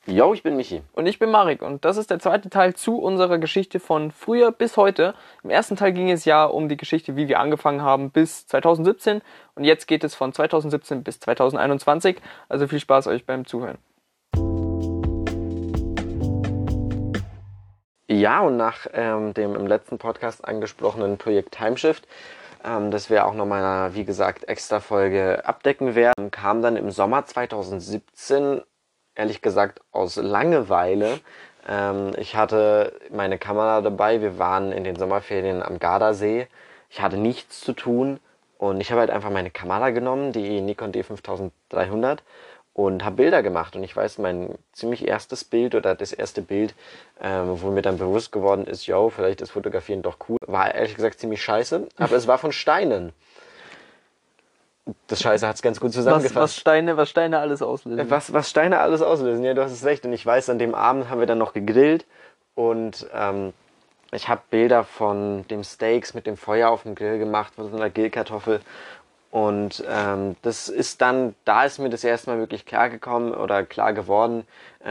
Jo, ich bin Michi. Und ich bin Marek und das ist der zweite Teil zu unserer Geschichte von früher bis heute. Im ersten Teil ging es ja um die Geschichte, wie wir angefangen haben bis 2017 und jetzt geht es von 2017 bis 2021. Also viel Spaß euch beim Zuhören. Ja, und nach dem im letzten Podcast angesprochenen Projekt Timeshift, das wir auch nochmal, wie gesagt, extra Folge abdecken werden, kam dann im Sommer 2017, ehrlich gesagt, aus Langeweile. Ich hatte meine Kamera dabei, wir waren in den Sommerferien am Gardasee. Ich hatte nichts zu tun und ich habe halt einfach meine Kamera genommen, die Nikon D5300, und habe Bilder gemacht. Und ich weiß, mein ziemlich erstes Bild oder das erste Bild, wo mir dann bewusst geworden ist, yo, vielleicht ist Fotografieren doch cool, war ehrlich gesagt ziemlich scheiße, aber es war von Steinen. Das Scheiße hat es ganz gut zusammengefasst. Was Steine alles auslösen. Was Steine alles auslösen, ja, du hast es recht. Und ich weiß, an dem Abend haben wir dann noch gegrillt und ich habe Bilder von dem Steaks mit dem Feuer auf dem Grill gemacht, von so einer Grillkartoffel. Und das ist dann, da ist mir das erste Mal wirklich klar gekommen oder klar geworden,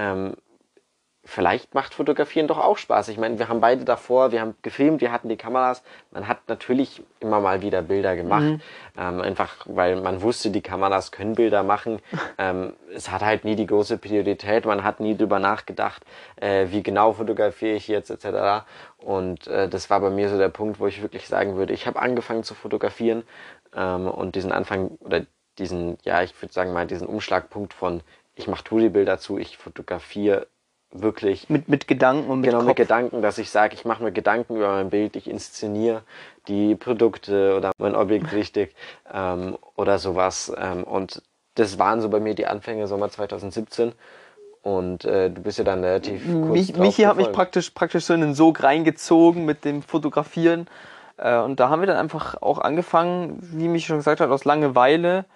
vielleicht macht Fotografieren doch auch Spaß. Ich meine, wir haben beide davor, wir haben gefilmt, wir hatten die Kameras. Man hat natürlich immer mal wieder Bilder gemacht. Einfach, weil man wusste, die Kameras können Bilder machen. Es hat halt nie die große Priorität. Man hat nie drüber nachgedacht, wie genau fotografiere ich jetzt, etc. Und das war bei mir so der Punkt, wo ich wirklich sagen würde, ich habe angefangen zu fotografieren und diesen Anfang oder diesen, ja, ich würde sagen mal, diesen Umschlagpunkt von, ich mache Touri-Bilder zu, ich fotografiere wirklich mit Gedanken und mit Kopf. Mit Gedanken, dass ich sage, ich mache mir Gedanken über mein Bild, ich inszeniere die Produkte oder mein Objekt richtig oder sowas. Und das waren so bei mir die Anfänge Sommer 2017. Und du bist ja dann relativ kurz Michi hat mich praktisch so in den Sog reingezogen mit dem Fotografieren. Und da haben wir dann einfach auch angefangen, wie Michi schon gesagt hat, aus Langeweile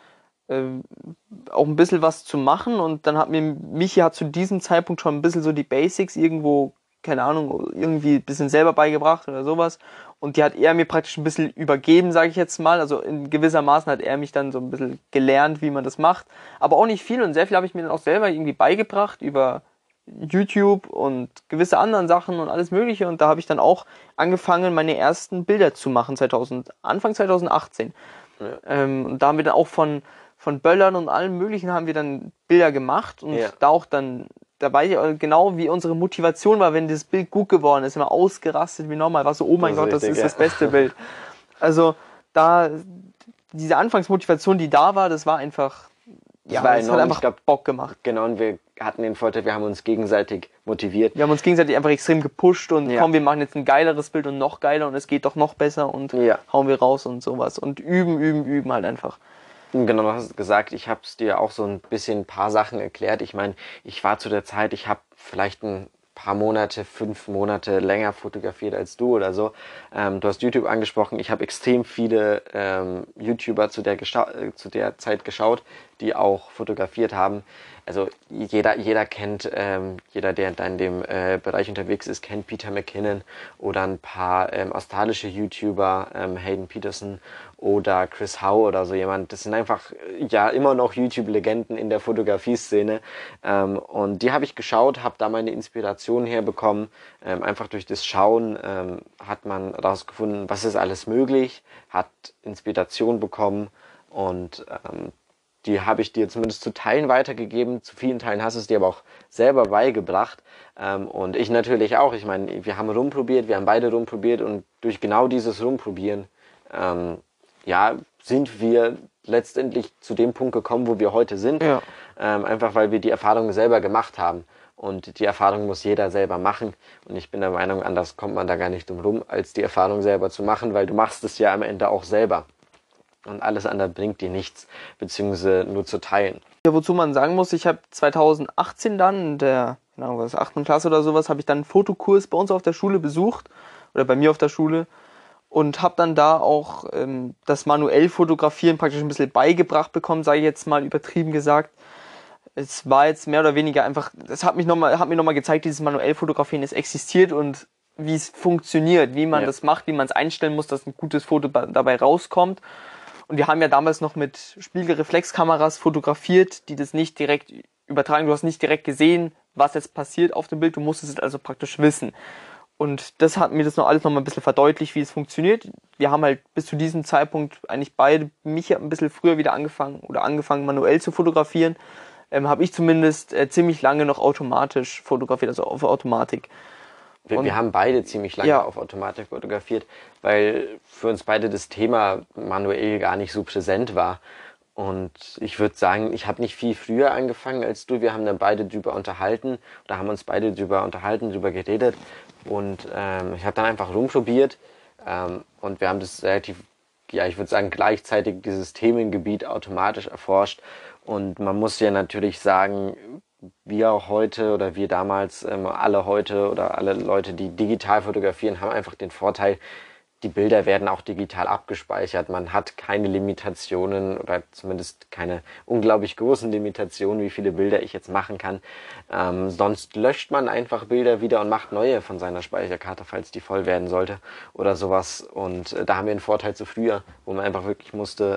auch ein bisschen was zu machen. Und dann hat Michi zu diesem Zeitpunkt schon ein bisschen so die Basics irgendwo, keine Ahnung, irgendwie ein bisschen selber beigebracht oder sowas. Und die hat er mir praktisch ein bisschen übergeben, sage ich jetzt mal. Also in gewissermaßen hat er mich dann so ein bisschen gelernt, wie man das macht. Aber auch nicht viel und sehr viel habe ich mir dann auch selber irgendwie beigebracht über YouTube und gewisse anderen Sachen und alles Mögliche. Und da habe ich dann auch angefangen, meine ersten Bilder zu machen, Anfang 2018. Ja. Und da haben wir dann auch von Böllern und allem Möglichen haben wir dann Bilder gemacht und da auch dann dabei genau wie unsere Motivation war, wenn das Bild gut geworden ist, immer ausgerastet wie normal, war so, oh mein Gott, das ist das beste Bild. Also da, diese Anfangsmotivation, die da war, das war einfach, das hat einfach Bock gemacht. Genau, und wir hatten den Vorteil, wir haben uns gegenseitig motiviert. Wir haben uns gegenseitig einfach extrem gepusht und komm, wir machen jetzt ein geileres Bild und noch geiler und es geht doch noch besser und hauen wir raus und sowas und üben halt einfach. Genau, du hast gesagt, ich habe es dir auch so ein paar Sachen erklärt. Ich meine, ich war zu der Zeit, ich habe vielleicht ein paar Monate, 5 Monate länger fotografiert als du oder so. Du hast YouTube angesprochen. Ich habe extrem viele YouTuber zu der Zeit geschaut, die auch fotografiert haben. Also jeder kennt, jeder, der in dem Bereich unterwegs ist, kennt Peter McKinnon oder ein paar australische YouTuber, Hayden Peterson oder Chris Howe oder so jemand. Das sind einfach immer noch YouTube-Legenden in der Fotografie-Szene. Und die habe ich geschaut, habe da meine Inspiration herbekommen. Einfach durch das Schauen hat man rausgefunden, was ist alles möglich, hat Inspiration bekommen und die habe ich dir zumindest zu Teilen weitergegeben. Zu vielen Teilen hast du es dir aber auch selber beigebracht. Und ich natürlich auch. Ich meine, wir haben beide rumprobiert und durch genau dieses Rumprobieren sind wir letztendlich zu dem Punkt gekommen, wo wir heute sind. Ja. Einfach weil wir die Erfahrung selber gemacht haben. Und die Erfahrung muss jeder selber machen. Und ich bin der Meinung, anders kommt man da gar nicht drum rum, als die Erfahrung selber zu machen, weil du machst es ja am Ende auch selber. Und alles andere bringt dir nichts, beziehungsweise nur zu teilen. Ja, wozu man sagen muss, ich habe 2018 dann in der 8. Klasse oder sowas, habe ich dann einen Fotokurs bei uns auf der Schule besucht, oder bei mir auf der Schule, und habe dann da auch das manuell Fotografieren praktisch ein bisschen beigebracht bekommen, sage ich jetzt mal übertrieben gesagt. Es war jetzt mehr oder weniger einfach, es hat mir nochmal gezeigt, dieses manuell Fotografieren, es existiert und wie es funktioniert, wie man das macht, wie man es einstellen muss, dass ein gutes Foto dabei rauskommt. Und wir haben ja damals noch mit Spiegelreflexkameras fotografiert, die das nicht direkt übertragen. Du hast nicht direkt gesehen, was jetzt passiert auf dem Bild. Du musstest es also praktisch wissen. Und das hat mir das noch alles noch mal ein bisschen verdeutlicht, wie es funktioniert. Wir haben halt bis zu diesem Zeitpunkt eigentlich beide, mich ein bisschen früher wieder angefangen manuell zu fotografieren. Habe ich zumindest ziemlich lange noch automatisch fotografiert, also auf Automatik. Wir haben beide ziemlich lange Ja. auf Automatik fotografiert, weil für uns beide das Thema manuell gar nicht so präsent war. Und ich würde sagen, ich habe nicht viel früher angefangen als du. Wir haben dann beide drüber unterhalten oder haben uns beide drüber unterhalten, drüber geredet. Und ich habe dann einfach rumprobiert. Und wir haben das relativ, ja, ich würde sagen, gleichzeitig dieses Themengebiet automatisch erforscht. Und man muss ja natürlich sagen, wir auch heute oder wir damals, alle heute oder alle Leute, die digital fotografieren, haben einfach den Vorteil, die Bilder werden auch digital abgespeichert. Man hat keine Limitationen oder zumindest keine unglaublich großen Limitationen, wie viele Bilder ich jetzt machen kann. Sonst löscht man einfach Bilder wieder und macht neue von seiner Speicherkarte, falls die voll werden sollte oder sowas. Und da haben wir einen Vorteil zu früher, wo man einfach wirklich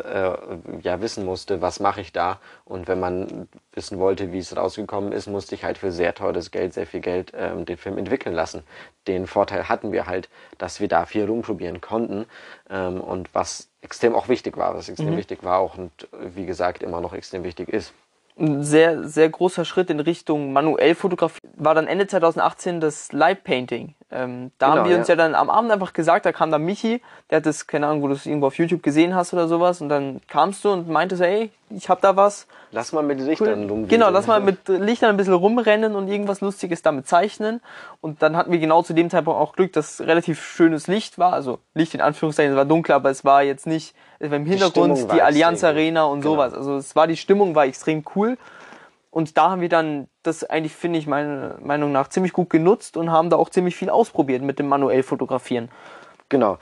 wissen musste, was mache ich da. Und wenn man wissen wollte, wie es rausgekommen ist, musste ich halt für sehr teures Geld, sehr viel Geld den Film entwickeln lassen. Den Vorteil hatten wir halt, dass wir da viel rumprobieren konnten und was extrem auch wichtig war, auch und wie gesagt immer noch extrem wichtig ist. Ein sehr, sehr großer Schritt in Richtung manuell Fotografie war dann Ende 2018 das Light Painting. Da haben wir uns ja dann am Abend einfach gesagt, da kam dann Michi, der hat das, keine Ahnung, wo du es irgendwo auf YouTube gesehen hast oder sowas, und dann kamst du und meintest, ey, ich hab da was. Lass mal mit Lichtern rumgehen. Genau, lass mal mit Lichtern ein bisschen rumrennen und irgendwas Lustiges damit zeichnen. Und dann hatten wir genau zu dem Zeitpunkt auch Glück, dass relativ schönes Licht war. Also Licht in Anführungszeichen, es war dunkler, aber es war jetzt nicht, es war im Hintergrund die Allianz Arena und sowas. Also die Stimmung war extrem cool. Und da haben wir dann das eigentlich, finde ich, meiner Meinung nach ziemlich gut genutzt und haben da auch ziemlich viel ausprobiert mit dem manuell Fotografieren. Genau.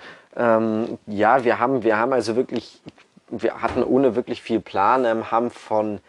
Wir haben also wirklich, wir hatten ohne wirklich viel Plan, haben von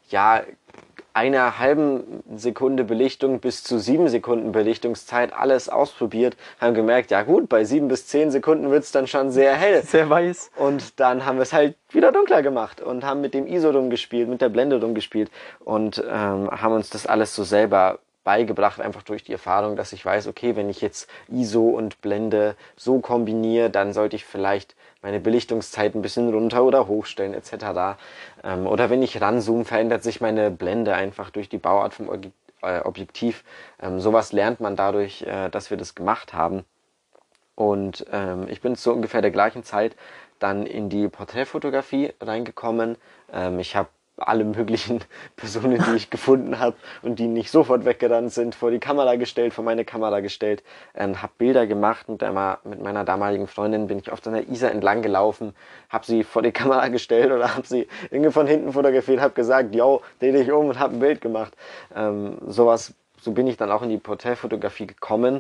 einer halben Sekunde Belichtung bis zu 7 Sekunden Belichtungszeit alles ausprobiert, haben gemerkt, ja gut, bei 7 bis 10 Sekunden wird es dann schon sehr hell. Sehr weiß. Und dann haben wir es halt wieder dunkler gemacht und haben mit dem ISO rumgespielt, mit der Blende rumgespielt und haben uns das alles so selber beigebracht, einfach durch die Erfahrung, dass ich weiß, okay, wenn ich jetzt ISO und Blende so kombiniere, dann sollte ich vielleicht meine Belichtungszeit ein bisschen runter oder hochstellen etc. Oder wenn ich ranzoome, verändert sich meine Blende einfach durch die Bauart vom Objektiv. Sowas lernt man dadurch, dass wir das gemacht haben. Und ich bin zu ungefähr der gleichen Zeit dann in die Porträtfotografie reingekommen. Ich habe alle möglichen Personen, die ich gefunden habe und die nicht sofort weggerannt sind, vor meine Kamera gestellt, habe Bilder gemacht mit meiner damaligen Freundin, bin ich auf der Isar entlang gelaufen, habe sie vor die Kamera gestellt oder habe sie irgendwie von hinten fotografiert, habe gesagt, yo, dreh dich um und habe ein Bild gemacht. So bin ich dann auch in die Porträtfotografie gekommen.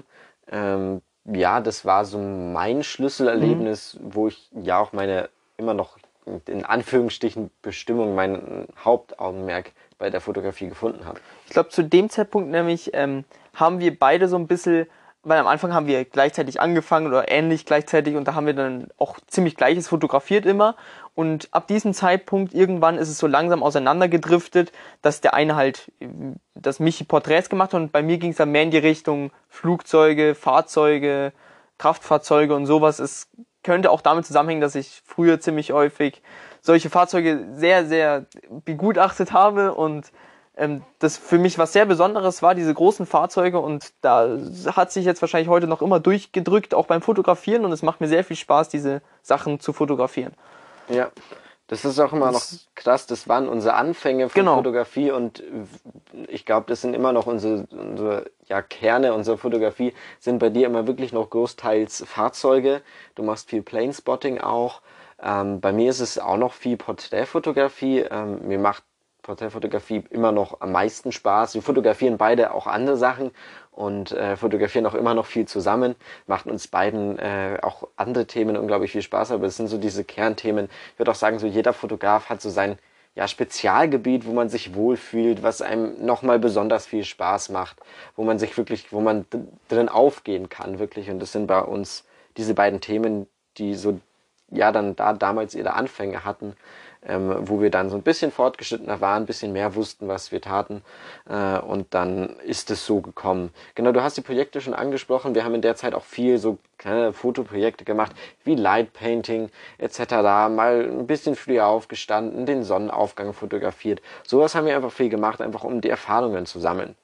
Das war so mein Schlüsselerlebnis, wo ich ja auch meine immer noch in Anführungsstrichen Bestimmung, mein Hauptaugenmerk bei der Fotografie gefunden habe. Ich glaube, zu dem Zeitpunkt nämlich haben wir beide so ein bisschen, weil am Anfang haben wir gleichzeitig angefangen oder ähnlich gleichzeitig, und da haben wir dann auch ziemlich Gleiches fotografiert immer, und ab diesem Zeitpunkt irgendwann ist es so langsam auseinandergedriftet, dass der eine halt, dass Michi Porträts gemacht hat und bei mir ging es dann mehr in die Richtung Flugzeuge, Fahrzeuge, Kraftfahrzeuge und sowas. Es könnte auch damit zusammenhängen, dass ich früher ziemlich häufig solche Fahrzeuge sehr, sehr begutachtet habe und das für mich was sehr Besonderes war, diese großen Fahrzeuge, und da hat sich jetzt wahrscheinlich heute noch immer durchgedrückt, auch beim Fotografieren, und es macht mir sehr viel Spaß, diese Sachen zu fotografieren. Ja, das ist auch immer noch krass, das waren unsere Anfänge von Fotografie und ich glaube, das sind immer noch unsere Kerne unserer Fotografie, sind bei dir immer wirklich noch großteils Fahrzeuge, du machst viel Planespotting auch, bei mir ist es auch noch viel Porträtfotografie, mir macht Porträtfotografie immer noch am meisten Spaß. Wir fotografieren beide auch andere Sachen und fotografieren auch immer noch viel zusammen. Macht uns beiden auch andere Themen unglaublich viel Spaß, aber es sind so diese Kernthemen. Ich würde auch sagen, so jeder Fotograf hat so sein Spezialgebiet, wo man sich wohlfühlt, was einem nochmal besonders viel Spaß macht, wo man drin aufgehen kann, wirklich. Und das sind bei uns diese beiden Themen, die so dann da damals ihre Anfänge hatten. wo wir dann so ein bisschen fortgeschrittener waren, ein bisschen mehr wussten, was wir taten. Und dann ist es so gekommen. Genau, du hast die Projekte schon angesprochen. Wir haben in der Zeit auch viel so kleine Fotoprojekte gemacht, wie Light Painting etc. Mal ein bisschen früher aufgestanden, den Sonnenaufgang fotografiert. Sowas haben wir einfach viel gemacht, einfach um die Erfahrungen zu sammeln.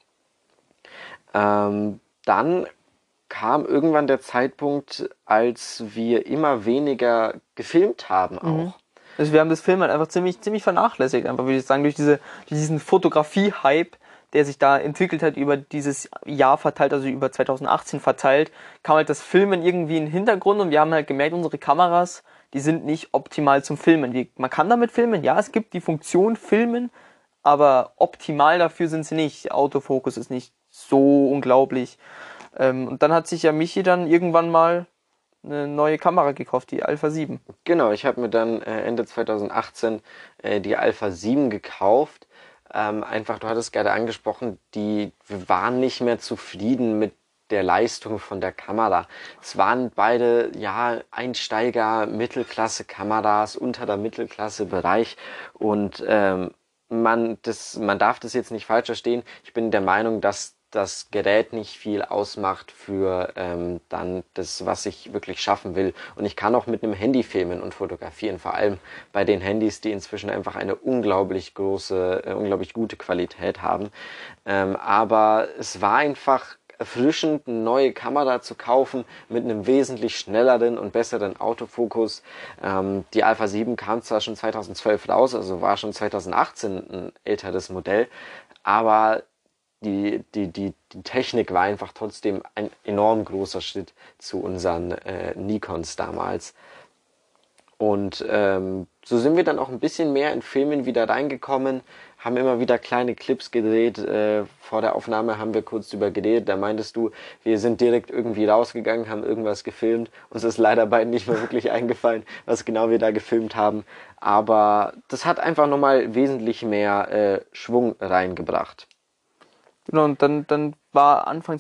Dann kam irgendwann der Zeitpunkt, als wir immer weniger gefilmt haben auch. Also wir haben das Film halt einfach ziemlich vernachlässigt, einfach würde ich sagen, durch diesen Fotografie-Hype, der sich da entwickelt hat über dieses Jahr verteilt, also über 2018 verteilt, kam halt das Filmen irgendwie in den Hintergrund und wir haben halt gemerkt, unsere Kameras, die sind nicht optimal zum Filmen. Man kann damit filmen, ja, es gibt die Funktion Filmen, aber optimal dafür sind sie nicht. Autofokus ist nicht so unglaublich. Und dann hat sich ja Michi dann irgendwann mal eine neue Kamera gekauft, die Alpha 7. Genau, ich habe mir dann Ende 2018 die Alpha 7 gekauft. Einfach, du hattest gerade angesprochen, wir waren nicht mehr zufrieden mit der Leistung von der Kamera. Es waren beide, ja, Einsteiger, Mittelklasse-Kameras unter der Mittelklasse-Bereich und man darf das jetzt nicht falsch verstehen. Ich bin der Meinung, dass das Gerät nicht viel ausmacht für dann das, was ich wirklich schaffen will. Und ich kann auch mit einem Handy filmen und fotografieren, vor allem bei den Handys, die inzwischen einfach eine unglaublich unglaublich gute Qualität haben. Aber es war einfach erfrischend, eine neue Kamera zu kaufen mit einem wesentlich schnelleren und besseren Autofokus. Die Alpha 7 kam zwar schon 2012 raus, also war schon 2018 ein älteres Modell, aber die Technik war einfach trotzdem ein enorm großer Schritt zu unseren Nikons damals. Und so sind wir dann auch ein bisschen mehr in Filmen wieder reingekommen, haben immer wieder kleine Clips gedreht. Vor der Aufnahme haben wir kurz drüber geredet. Da meintest du, wir sind direkt irgendwie rausgegangen, haben irgendwas gefilmt. Uns ist leider beiden nicht mehr wirklich eingefallen, was genau wir da gefilmt haben. Aber das hat einfach nochmal wesentlich mehr Schwung reingebracht. Genau, und dann war Anfang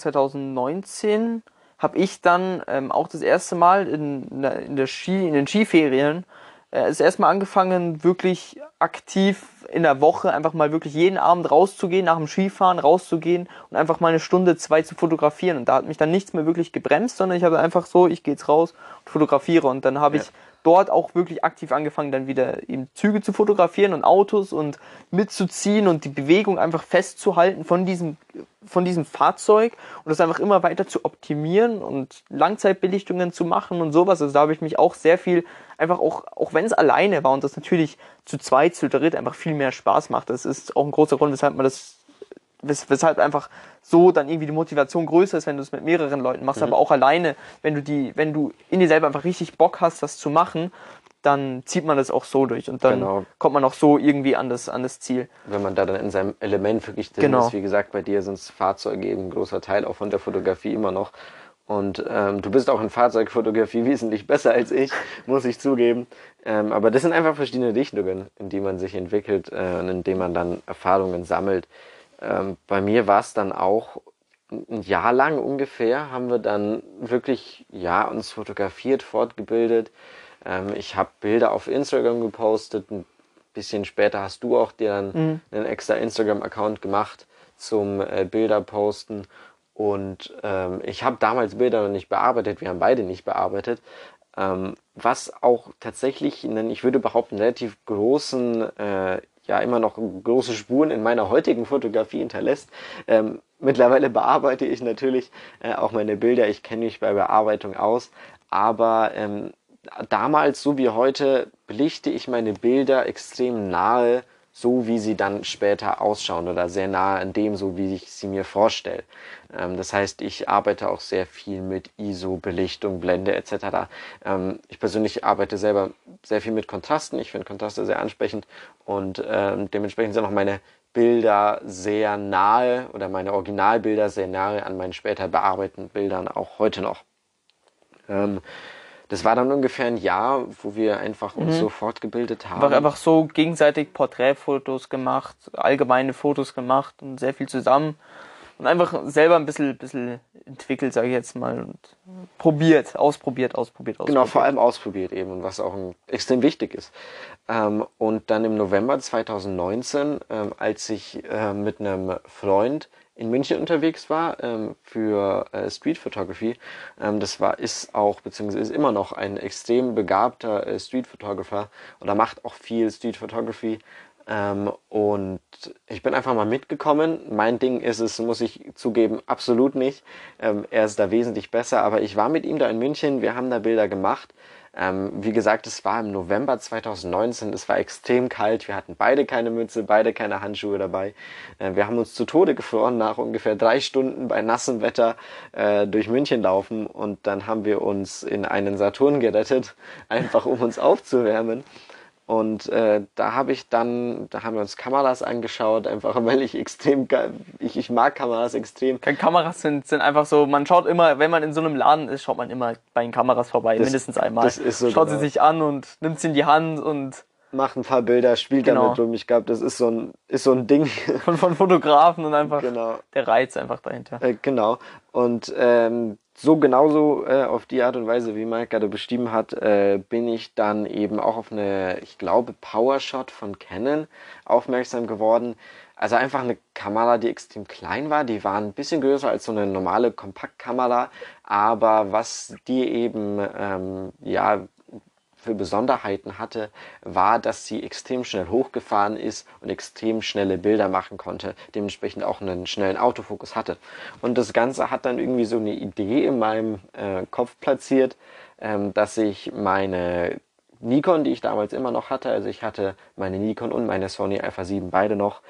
2019, habe ich dann auch das erste Mal in den Skiferien das erste Mal angefangen, wirklich aktiv in der Woche einfach mal wirklich jeden Abend rauszugehen, nach dem Skifahren rauszugehen und einfach mal eine Stunde, zwei zu fotografieren. Und da hat mich dann nichts mehr wirklich gebremst, sondern ich habe einfach so, ich gehe jetzt raus und fotografiere. Und dann habe ich dort auch wirklich aktiv angefangen, dann wieder eben Züge zu fotografieren und Autos und mitzuziehen und die Bewegung einfach festzuhalten von diesem Fahrzeug und das einfach immer weiter zu optimieren und Langzeitbelichtungen zu machen und sowas. Also da habe ich mich auch sehr viel, einfach auch wenn es alleine war und das natürlich zu zweit, zu dritt einfach viel mehr Spaß macht. Das ist auch ein großer Grund, weshalb einfach so dann irgendwie die Motivation größer ist, wenn du es mit mehreren Leuten machst, aber auch alleine, wenn du in dir selber einfach richtig Bock hast, das zu machen, dann zieht man das auch so durch und dann kommt man auch so irgendwie an das Ziel. Wenn man da dann in seinem Element wirklich drin ist, wie gesagt, bei dir sind es Fahrzeuge eben ein großer Teil auch von der Fotografie immer noch. Und du bist auch in Fahrzeugfotografie wesentlich besser als ich, muss ich zugeben. Aber das sind einfach verschiedene Richtungen, in die man sich entwickelt und in denen man dann Erfahrungen sammelt. Bei mir war es dann auch ein Jahr lang ungefähr, haben wir dann wirklich uns fotografiert, fortgebildet. Ich habe Bilder auf Instagram gepostet. Ein bisschen später hast du auch dir dann einen extra Instagram-Account gemacht zum Bilder posten. Und ich habe damals Bilder noch nicht bearbeitet. Wir haben beide nicht bearbeitet. Was auch tatsächlich ich würde behaupten, relativ großen immer noch große Spuren in meiner heutigen Fotografie hinterlässt. Mittlerweile bearbeite ich natürlich auch meine Bilder. Ich kenne mich bei Bearbeitung aus. Aber damals, so wie heute, belichte ich meine Bilder extrem nahe, so wie sie dann später ausschauen oder sehr nahe an dem, so wie ich sie mir vorstelle. Das heißt, ich arbeite auch sehr viel mit ISO, Belichtung, Blende etc. Ich persönlich arbeite selber sehr viel mit Kontrasten. Ich finde Kontraste sehr ansprechend und dementsprechend sind auch meine Bilder sehr nahe oder meine Originalbilder sehr nahe an meinen später bearbeiteten Bildern auch heute noch. Das war dann ungefähr ein Jahr, wo wir einfach uns so fortgebildet haben. Einfach so gegenseitig Porträtfotos gemacht, allgemeine Fotos gemacht und sehr viel zusammen. und einfach selber ein bisschen entwickelt, sage ich jetzt mal, und ausprobiert. Genau, vor allem ausprobiert eben und was auch extrem wichtig ist. Und dann im November 2019, als ich mit einem Freund in München unterwegs war für Street Photography, ist auch beziehungsweise ist immer noch ein extrem begabter Street Photographer oder macht auch viel Street Photography. Und ich bin einfach mal mitgekommen. Mein Ding ist es, muss ich zugeben, absolut nicht. Er ist da wesentlich besser, aber ich war mit ihm da in München, wir haben da Bilder gemacht. Wie gesagt, es war im November 2019, es war extrem kalt, wir hatten beide keine Mütze, beide keine Handschuhe dabei. Wir haben uns zu Tode gefroren nach ungefähr 3 Stunden bei nassem Wetter durch München laufen und dann haben wir uns in einen Saturn gerettet, einfach um uns aufzuwärmen. Und da haben wir uns Kameras angeschaut, einfach weil ich mag Kameras extrem. Kameras sind einfach so, man schaut immer, wenn man in so einem Laden ist, schaut man immer bei den Kameras vorbei, mindestens einmal. Das ist so, schaut genau. sie sich an und nimmt sie in die Hand und Macht ein paar Bilder, spielt Genau. damit rum. Ich glaube, das ist so ein Ding. von Fotografen und einfach Genau. der Reiz einfach dahinter. Genau. Und so genauso auf die Art und Weise, wie Mike gerade beschrieben hat, bin ich dann eben auch auf eine, ich glaube, PowerShot von Canon aufmerksam geworden. Also einfach eine Kamera, die extrem klein war. Die war ein bisschen größer als so eine normale Kompaktkamera. Aber was die eben für Besonderheiten hatte, war, dass sie extrem schnell hochgefahren ist und extrem schnelle Bilder machen konnte, dementsprechend auch einen schnellen Autofokus hatte. Und das Ganze hat dann irgendwie so eine Idee in meinem Kopf platziert, dass ich meine Nikon, die ich damals immer noch hatte, also ich hatte meine Nikon und meine Sony Alpha 7 beide noch,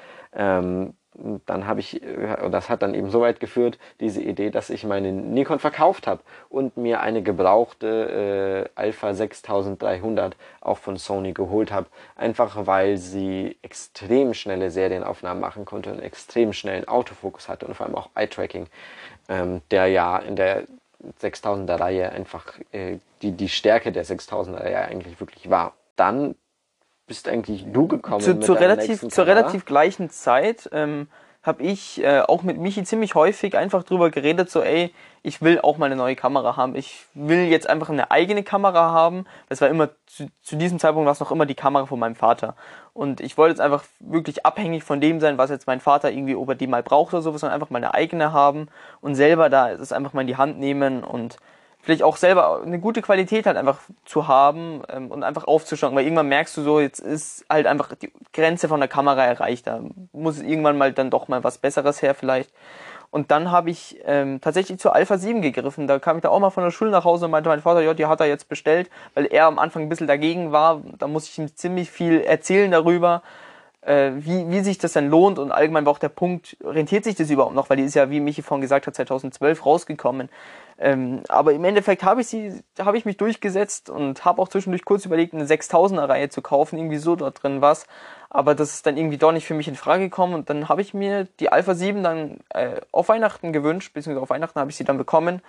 dann das hat dann eben so weit geführt, diese Idee, dass ich meine Nikon verkauft habe und mir eine gebrauchte Alpha 6300 auch von Sony geholt habe. Einfach weil sie extrem schnelle Serienaufnahmen machen konnte und extrem schnellen Autofokus hatte und vor allem auch Eye-Tracking, der ja in der 6000er Reihe einfach die Stärke der 6000er Reihe eigentlich wirklich war. Dann bist eigentlich du gekommen mit deiner nächsten Zur Kamera? relativ gleichen Zeit habe ich auch mit Michi ziemlich häufig einfach drüber geredet, so ey, ich will auch mal eine neue Kamera haben. Ich will jetzt einfach eine eigene Kamera haben. Das war immer, zu diesem Zeitpunkt war es noch immer die Kamera von meinem Vater. Und ich wollte jetzt einfach wirklich abhängig von dem sein, was jetzt mein Vater irgendwie, ob er die mal braucht oder sowas, sondern einfach mal eine eigene haben und selber da das einfach mal in die Hand nehmen und vielleicht auch selber eine gute Qualität halt einfach zu haben und einfach aufzuschauen, weil irgendwann merkst du so, jetzt ist halt einfach die Grenze von der Kamera erreicht, da muss irgendwann mal dann doch mal was Besseres her vielleicht. Und dann habe ich tatsächlich zur Alpha 7 gegriffen, da kam ich da auch mal von der Schule nach Hause und meinte mein Vater, ja, die hat er jetzt bestellt, weil er am Anfang ein bisschen dagegen war, da musste ich ihm ziemlich viel erzählen darüber, wie sich das denn lohnt und allgemein war auch der Punkt, rentiert sich das überhaupt noch, weil die ist ja, wie Michi vorhin gesagt hat, 2012 rausgekommen. Aber im Endeffekt habe ich mich durchgesetzt und habe auch zwischendurch kurz überlegt, eine 6000er Reihe zu kaufen, irgendwie so dort drin was. Aber das ist dann irgendwie doch nicht für mich in Frage gekommen und dann habe ich mir die Alpha 7 dann auf Weihnachten gewünscht, beziehungsweise auf Weihnachten habe ich sie dann bekommen.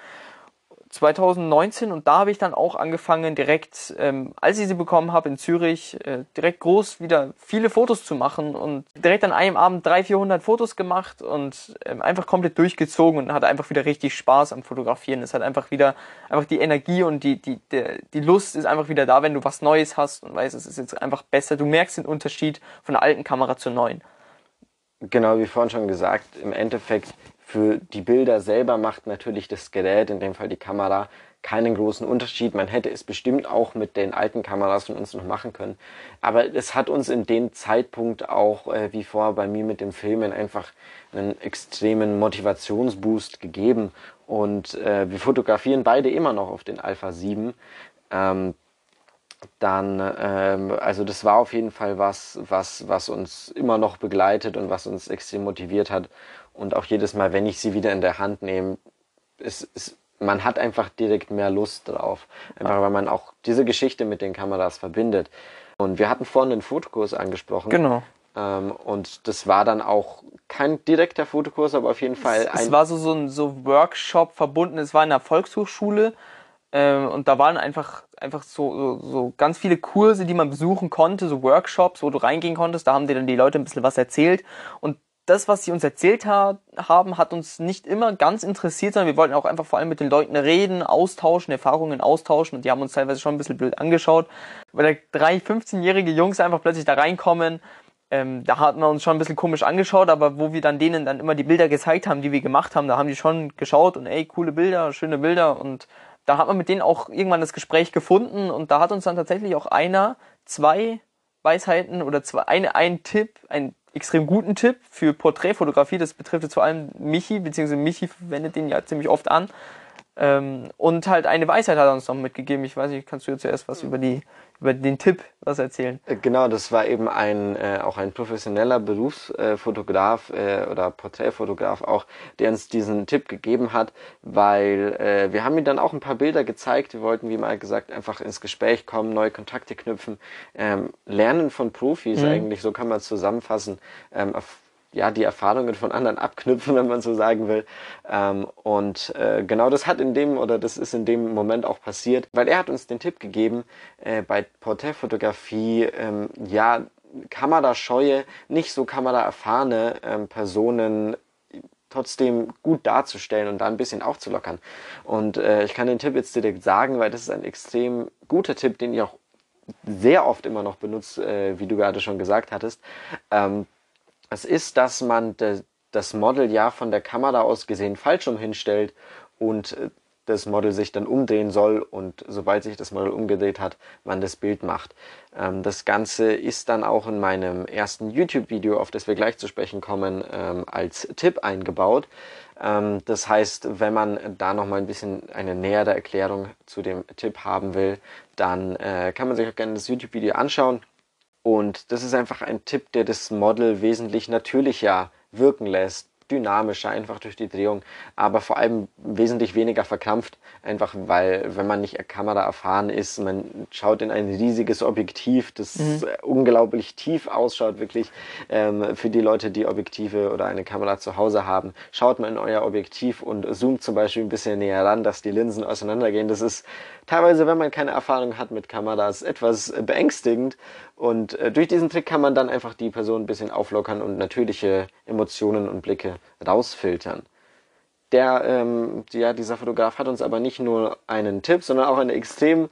2019 und da habe ich dann auch angefangen direkt, als ich sie bekommen habe in Zürich, direkt groß wieder viele Fotos zu machen und direkt an einem Abend 300-400 Fotos gemacht und einfach komplett durchgezogen und hatte einfach wieder richtig Spaß am Fotografieren. Es hat einfach die Energie und die Lust ist einfach wieder da, wenn du was Neues hast und weißt, es ist jetzt einfach besser. Du merkst den Unterschied von der alten Kamera zur neuen. Genau, wie vorhin schon gesagt, im Endeffekt für die Bilder selber macht natürlich das Gerät, in dem Fall die Kamera, keinen großen Unterschied. Man hätte es bestimmt auch mit den alten Kameras von uns noch machen können. Aber es hat uns in dem Zeitpunkt auch, wie vorher bei mir mit dem Filmen, einfach einen extremen Motivationsboost gegeben. Und wir fotografieren beide immer noch auf den Alpha 7. Also das war auf jeden Fall was uns immer noch begleitet und was uns extrem motiviert hat. Und auch jedes Mal, wenn ich sie wieder in der Hand nehme, man hat einfach direkt mehr Lust drauf. Einfach weil man auch diese Geschichte mit den Kameras verbindet. Und wir hatten vorhin einen Fotokurs angesprochen. Genau. Und das war dann auch kein direkter Fotokurs, aber auf jeden Fall Es war so ein Workshop verbunden, es war in einer Volkshochschule. Und da waren einfach so ganz viele Kurse, die man besuchen konnte, so Workshops, wo du reingehen konntest. Da haben dir dann die Leute ein bisschen was erzählt. Und das, was sie uns erzählt haben, hat uns nicht immer ganz interessiert, sondern wir wollten auch einfach vor allem mit den Leuten reden, austauschen, Erfahrungen austauschen, und die haben uns teilweise schon ein bisschen blöd angeschaut, weil da 15-jährige Jungs einfach plötzlich da reinkommen. Da hatten wir uns schon ein bisschen komisch angeschaut, aber wo wir dann denen dann immer die Bilder gezeigt haben, die wir gemacht haben, da haben die schon geschaut und ey, coole Bilder, schöne Bilder, und da hat man mit denen auch irgendwann das Gespräch gefunden, und da hat uns dann tatsächlich auch zwei Weisheiten oder einen Tipp, einen extrem guten Tipp für Porträtfotografie, das betrifft jetzt vor allem Michi, beziehungsweise Michi wendet den ja ziemlich oft an, und halt eine Weisheit hat er uns noch mitgegeben. Ich weiß nicht, kannst du jetzt zuerst was über den Tipp was erzählen? Genau, das war eben auch ein professioneller Berufsfotograf oder Porträtfotograf auch, der uns diesen Tipp gegeben hat, weil wir haben ihm dann auch ein paar Bilder gezeigt. Wir wollten, wie mal gesagt, einfach ins Gespräch kommen, neue Kontakte knüpfen, lernen von Profis eigentlich, so kann man es zusammenfassen, die Erfahrungen von anderen abknüpfen, wenn man so sagen will. Genau das das ist in dem Moment auch passiert, weil er hat uns den Tipp gegeben, bei Porträtfotografie, kamerascheue, nicht so kameraerfahrene Personen trotzdem gut darzustellen und da ein bisschen aufzulockern. Und ich kann den Tipp jetzt direkt sagen, weil das ist ein extrem guter Tipp, den ich auch sehr oft immer noch benutze, wie du gerade schon gesagt hattest. Es ist, dass man das Model ja von der Kamera aus gesehen falsch hinstellt und das Model sich dann umdrehen soll, und sobald sich das Model umgedreht hat, man das Bild macht. Das Ganze ist dann auch in meinem ersten YouTube-Video, auf das wir gleich zu sprechen kommen, als Tipp eingebaut. Das heißt, wenn man da nochmal ein bisschen eine nähere Erklärung zu dem Tipp haben will, dann kann man sich auch gerne das YouTube-Video anschauen. Und das ist einfach ein Tipp, der das Model wesentlich natürlicher wirken lässt, dynamischer, einfach durch die Drehung, aber vor allem wesentlich weniger verkrampft, einfach weil, wenn man nicht Kamera erfahren ist, man schaut in ein riesiges Objektiv, das unglaublich tief ausschaut, wirklich für die Leute, die Objektive oder eine Kamera zu Hause haben, schaut man in euer Objektiv und zoomt zum Beispiel ein bisschen näher ran, dass die Linsen auseinandergehen. Das ist teilweise, wenn man keine Erfahrung hat mit Kameras, etwas beängstigend, und durch diesen Trick kann man dann einfach die Person ein bisschen auflockern und natürliche Emotionen und Blicke rausfiltern. Dieser Fotograf hat uns aber nicht nur einen Tipp, sondern auch eine extrem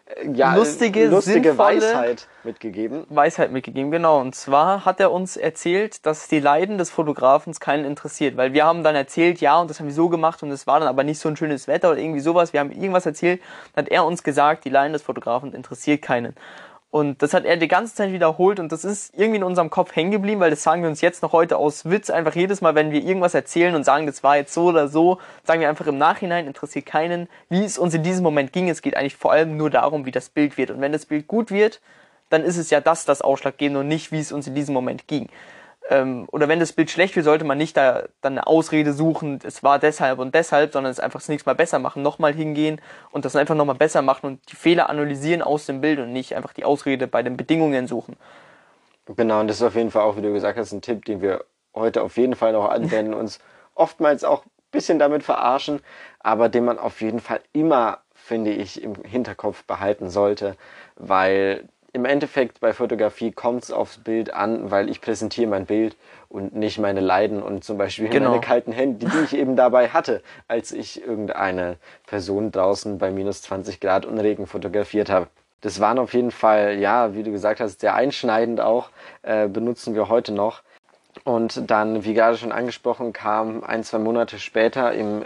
lustige Weisheit mitgegeben. Genau. Und zwar hat er uns erzählt, dass die Leiden des Fotografen keinen interessiert. Weil wir haben dann erzählt, ja, und das haben wir so gemacht, und es war dann aber nicht so ein schönes Wetter oder irgendwie sowas. Wir haben irgendwas erzählt, dann hat er uns gesagt, die Leiden des Fotografen interessiert keinen. Und das hat er die ganze Zeit wiederholt, und das ist irgendwie in unserem Kopf hängen geblieben, weil das sagen wir uns jetzt noch heute aus Witz einfach jedes Mal, wenn wir irgendwas erzählen und sagen, das war jetzt so oder so, sagen wir einfach im Nachhinein, interessiert keinen, wie es uns in diesem Moment ging. Es geht eigentlich vor allem nur darum, wie das Bild wird. Und wenn das Bild gut wird, dann ist es ja das Ausschlaggebende und nicht, wie es uns in diesem Moment ging. Oder wenn das Bild schlecht wird, sollte man nicht da dann eine Ausrede suchen, es war deshalb und deshalb, sondern es einfach das nächste Mal besser machen, nochmal hingehen und das einfach nochmal besser machen und die Fehler analysieren aus dem Bild und nicht einfach die Ausrede bei den Bedingungen suchen. Genau, und das ist auf jeden Fall auch, wie du gesagt hast, ein Tipp, den wir heute auf jeden Fall noch anwenden, uns oftmals auch ein bisschen damit verarschen, aber den man auf jeden Fall immer, finde ich, im Hinterkopf behalten sollte, weil im Endeffekt bei Fotografie kommt es aufs Bild an, weil ich präsentiere mein Bild und nicht meine Leiden und zum Beispiel meine kalten Hände, die ich eben dabei hatte, als ich irgendeine Person draußen bei minus 20 Grad und Regen fotografiert habe. Das waren auf jeden Fall, ja, wie du gesagt hast, sehr einschneidend auch, benutzen wir heute noch. Und dann, wie gerade schon angesprochen, kam 1-2 Monate später im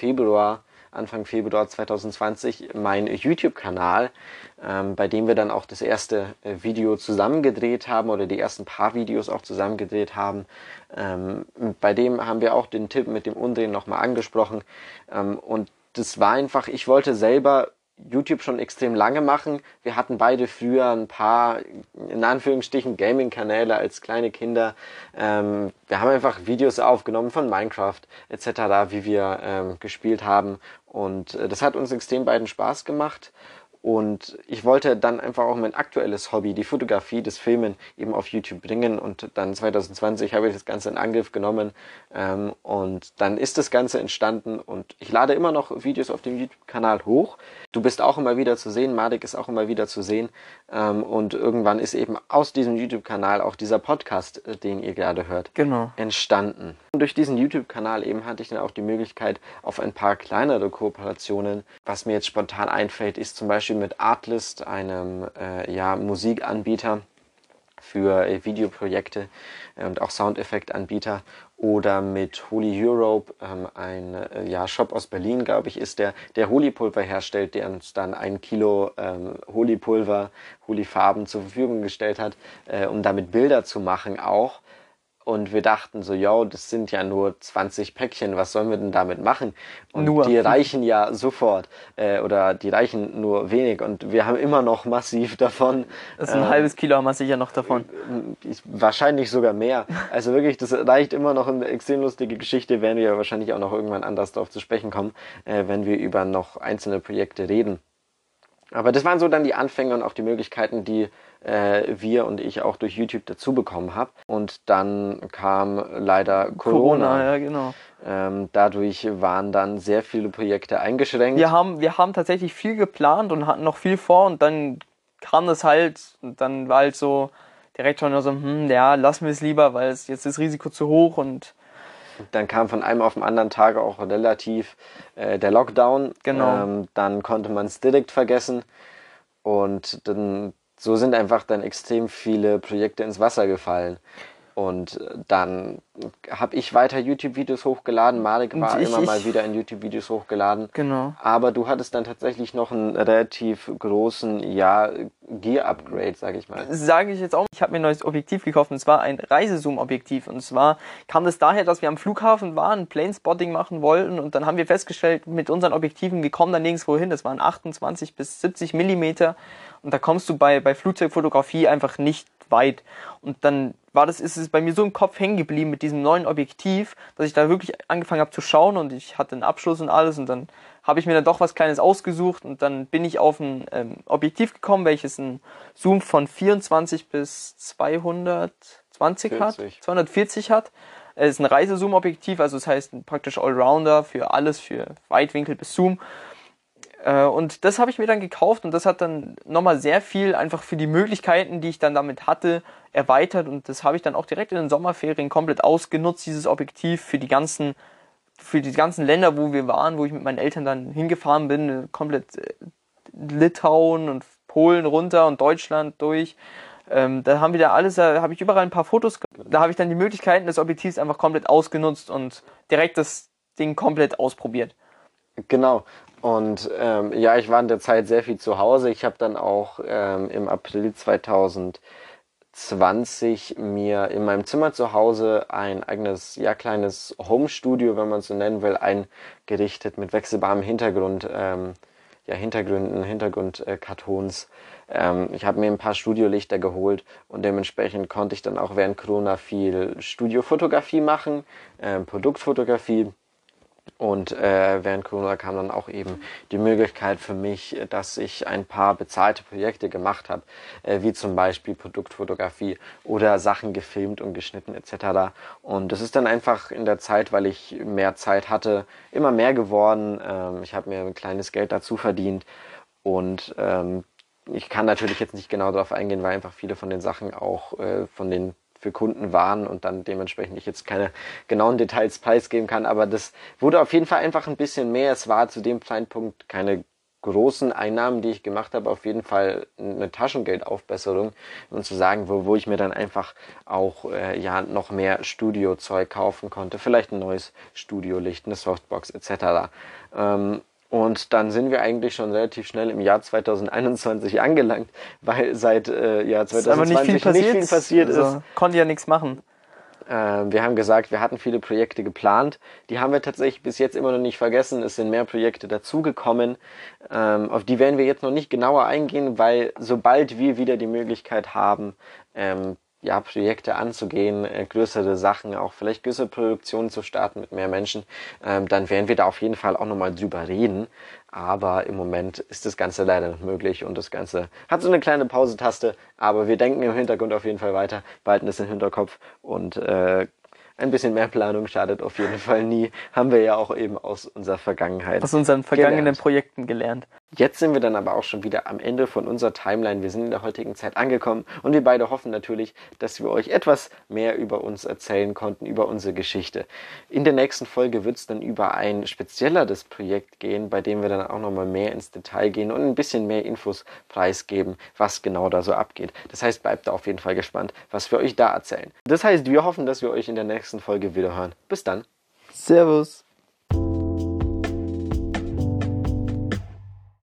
Anfang Februar 2020 mein YouTube-Kanal, bei dem wir dann auch das erste Video zusammen gedreht haben oder die ersten paar Videos auch zusammen gedreht haben. Bei dem haben wir auch den Tipp mit dem Umdrehen nochmal angesprochen. Und das war einfach, ich wollte selber YouTube schon extrem lange machen. Wir hatten beide früher ein paar, in Anführungsstrichen, Gaming-Kanäle als kleine Kinder. Wir haben einfach Videos aufgenommen von Minecraft etc., wie wir gespielt haben. Und das hat uns extrem beiden Spaß gemacht. Und ich wollte dann einfach auch mein aktuelles Hobby, die Fotografie, das Filmen, eben auf YouTube bringen. Und dann 2020 habe ich das Ganze in Angriff genommen. Und dann ist das Ganze entstanden. Und ich lade immer noch Videos auf dem YouTube-Kanal hoch. Du bist auch immer wieder zu sehen, Marek ist auch immer wieder zu sehen. Und irgendwann ist eben aus diesem YouTube-Kanal auch dieser Podcast, den ihr gerade hört, entstanden. Und durch diesen YouTube-Kanal eben hatte ich dann auch die Möglichkeit auf ein paar kleinere Kooperationen. Was mir jetzt spontan einfällt, ist zum Beispiel mit Artlist, einem Musikanbieter für Videoprojekte und auch Soundeffektanbieter, oder mit Holy Europe, ein Shop aus Berlin, glaube ich, ist der Holy-Pulver herstellt, der uns dann 1 Kilo Holy-Pulver, Holy-Farben zur Verfügung gestellt hat, um damit Bilder zu machen auch. Und wir dachten so, ja, das sind ja nur 20 Päckchen, was sollen wir denn damit machen? Und die reichen ja sofort oder die reichen nur wenig und wir haben immer noch massiv davon. Das ist ein halbes Kilo haben wir sicher noch davon. Wahrscheinlich sogar mehr. Also wirklich, das reicht immer noch. Eine extrem lustige Geschichte, werden wir wahrscheinlich auch noch irgendwann anders darauf zu sprechen kommen, wenn wir über noch einzelne Projekte reden. Aber das waren so dann die Anfänge und auch die Möglichkeiten, die wir und ich auch durch YouTube dazu bekommen haben. Und dann kam leider Corona. Ja, genau. Dadurch waren dann sehr viele Projekte eingeschränkt. Wir haben tatsächlich viel geplant und hatten noch viel vor und dann kam das halt und dann war halt so direkt schon so, lassen wir es lieber, weil jetzt ist das Risiko zu hoch und dann kam von einem auf den anderen Tag auch relativ der Lockdown. Genau. Dann konnte man es direkt vergessen. Und dann, so sind einfach dann extrem viele Projekte ins Wasser gefallen. Und dann habe ich weiter YouTube-Videos hochgeladen. Marek war immer mal wieder in YouTube-Videos hochgeladen. Genau. Aber du hattest dann tatsächlich noch einen relativ großen, Gear-Upgrade, sage ich mal. Sage ich jetzt auch. Ich habe mir ein neues Objektiv gekauft und zwar ein Reisezoom-Objektiv. Und zwar kam das daher, dass wir am Flughafen waren, Planespotting machen wollten und dann haben wir festgestellt, mit unseren Objektiven, wir kommen da nirgendwo hin. Das waren 28 bis 70 Millimeter und da kommst du bei Flugzeugfotografie einfach nicht weit. Und dann ist es bei mir so im Kopf hängen geblieben mit diesem neuen Objektiv, dass ich da wirklich angefangen habe zu schauen und ich hatte einen Abschluss und alles und dann habe ich mir dann doch was Kleines ausgesucht und dann bin ich auf ein Objektiv gekommen, welches einen Zoom von 24 bis 220 hat, 240 hat. Es ist ein Reisezoom-Objektiv, also das heißt praktisch Allrounder für alles, für Weitwinkel bis Zoom. Und das habe ich mir dann gekauft und das hat dann nochmal sehr viel einfach für die Möglichkeiten, die ich dann damit hatte, erweitert und das habe ich dann auch direkt in den Sommerferien komplett ausgenutzt, dieses Objektiv für die ganzen Länder, wo wir waren, wo ich mit meinen Eltern dann hingefahren bin, komplett Litauen und Polen runter und Deutschland durch. Da haben wir da alles, da habe ich überall ein paar Fotos, da habe ich dann die Möglichkeiten des Objektivs einfach komplett ausgenutzt und direkt das Ding komplett ausprobiert. Genau. Und ich war in der Zeit sehr viel zu Hause. Ich habe dann auch im April 2020 mir in meinem Zimmer zu Hause ein eigenes, kleines Home-Studio, wenn man es so nennen will, eingerichtet mit wechselbarem Hintergrund, Hintergrundkartons. Ich habe mir ein paar Studiolichter geholt und dementsprechend konnte ich dann auch während Corona viel Studiofotografie machen, Produktfotografie. Und während Corona kam dann auch eben die Möglichkeit für mich, dass ich ein paar bezahlte Projekte gemacht habe, wie zum Beispiel Produktfotografie oder Sachen gefilmt und geschnitten etc. Und das ist dann einfach in der Zeit, weil ich mehr Zeit hatte, immer mehr geworden. Ich habe mir ein kleines Geld dazu verdient und ich kann natürlich jetzt nicht genau darauf eingehen, weil einfach viele von den Sachen auch für Kunden waren und dann dementsprechend ich jetzt keine genauen Details preisgeben kann, aber das wurde auf jeden Fall einfach ein bisschen mehr. Es war zu dem Zeitpunkt keine großen Einnahmen, die ich gemacht habe, auf jeden Fall eine Taschengeldaufbesserung und zu sagen, wo ich mir dann einfach auch noch mehr Studiozeug kaufen konnte, vielleicht ein neues Studiolicht, eine Softbox etc. Und dann sind wir eigentlich schon relativ schnell im Jahr 2021 angelangt, weil seit 2020 nicht viel passiert ist. Also, konnte ja nichts machen. Wir haben gesagt, wir hatten viele Projekte geplant. Die haben wir tatsächlich bis jetzt immer noch nicht vergessen. Es sind mehr Projekte dazugekommen. Auf die werden wir jetzt noch nicht genauer eingehen, weil sobald wir wieder die Möglichkeit haben, ja, Projekte anzugehen, größere Sachen, auch vielleicht größere Produktionen zu starten mit mehr Menschen, dann werden wir da auf jeden Fall auch nochmal drüber reden. Aber im Moment ist das Ganze leider nicht möglich und das Ganze hat so eine kleine Pausetaste, aber wir denken im Hintergrund auf jeden Fall weiter, behalten es im Hinterkopf und ein bisschen mehr Planung schadet auf jeden Fall nie. Haben wir ja auch eben aus unserer Vergangenheit Aus unseren vergangenen gelernt. Projekten gelernt. Jetzt sind wir dann aber auch schon wieder am Ende von unserer Timeline. Wir sind in der heutigen Zeit angekommen und wir beide hoffen natürlich, dass wir euch etwas mehr über uns erzählen konnten, über unsere Geschichte. In der nächsten Folge wird es dann über ein spezielleres Projekt gehen, bei dem wir dann auch nochmal mehr ins Detail gehen und ein bisschen mehr Infos preisgeben, was genau da so abgeht. Das heißt, bleibt da auf jeden Fall gespannt, was wir euch da erzählen. Das heißt, wir hoffen, dass wir euch in der nächsten Folge wieder hören. Bis dann. Servus.